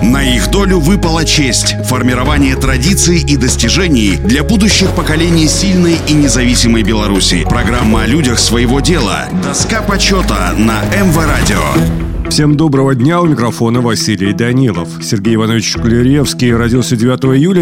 На их долю выпала честь – формирование традиций и достижений для будущих поколений сильной и независимой Беларуси. Программа о людях своего дела. Доска почета на МВ-радио. Всем доброго дня, у микрофона Василий Данилов. Сергей Иванович Шкляревский родился 9 июля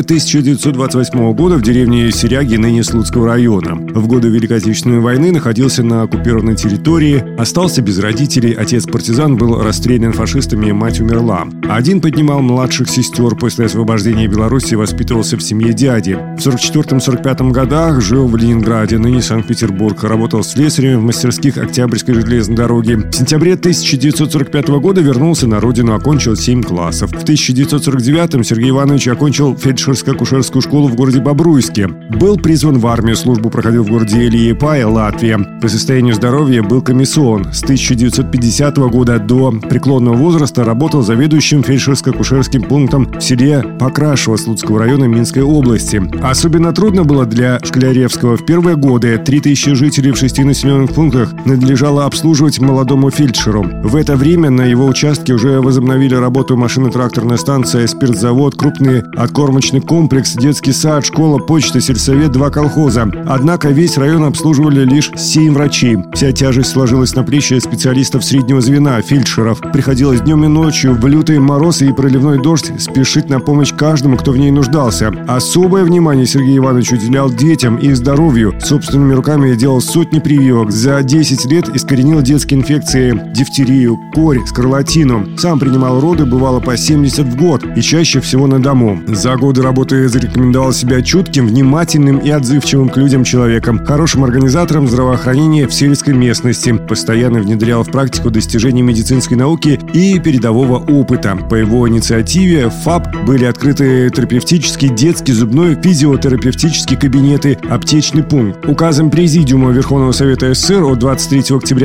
1928 года в деревне Серяги, ныне Слуцкого района. В годы Великой Отечественной войны находился на оккупированной территории, остался без родителей, отец партизан был расстрелян фашистами, мать умерла. Один поднимал младших сестер, после освобождения Беларуси воспитывался в семье дяди. В 1944-1945 годах жил в Ленинграде, ныне Санкт-Петербург, работал слесарем в мастерских Октябрьской железной дороги. В сентябре 1945 года вернулся на родину, окончил 7 классов. В 1949-м Сергей Иванович окончил фельдшерско-акушерскую школу в городе Бобруйске. Был призван в армию, службу проходил в городе Лиепая, Латвия. По состоянию здоровья был комиссован. С 1950 года до преклонного возраста работал заведующим фельдшерско-акушерским пунктом в селе Покрашево Слуцкого района Минской области. Особенно трудно было для Шкляревского. В первые годы 3000 жителей в 6 населенных пунктах надлежало обслуживать молодому фельдшеру. В это время на его участке уже возобновили работу машино-тракторная станция, спиртзавод, крупный откормочный комплекс, детский сад, школа, почта, сельсовет, 2 колхоза. Однако весь район обслуживали лишь 7 врачей. Вся тяжесть сложилась на плечи специалистов среднего звена, фельдшеров. Приходилось днем и ночью, в лютый мороз и проливной дождь, спешить на помощь каждому, кто в ней нуждался. Особое внимание Сергей Иванович уделял детям и их здоровью. Собственными руками делал сотни прививок. За 10 лет искоренил детские инфекции, дифтерию, корь, скарлатину. Сам принимал роды, бывало по 70 в год, и чаще всего на дому. За годы работы зарекомендовал себя чутким, внимательным и отзывчивым к людям человеком, хорошим организатором здравоохранения в сельской местности. Постоянно внедрял в практику достижений медицинской науки и передового опыта. По его инициативе в ФАП были открыты терапевтический, детский, зубной, физиотерапевтические кабинеты, аптечный пункт. Указом Президиума Верховного Совета СССР от 23 октября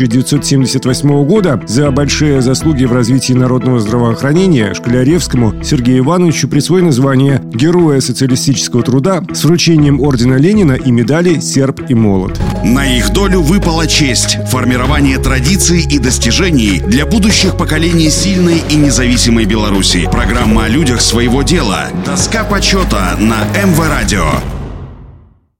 1978 года за большие заслуги в развитии народного здравоохранения Шкляревскому Сергею Ивановичу присвоено звание Героя социалистического труда с вручением ордена Ленина и медали «Серп и молот». На их долю выпала честь – формирование традиций и достижений для будущих поколений сильной и независимой Беларуси. Программа о людях своего дела. Доска почета на МВ-радио.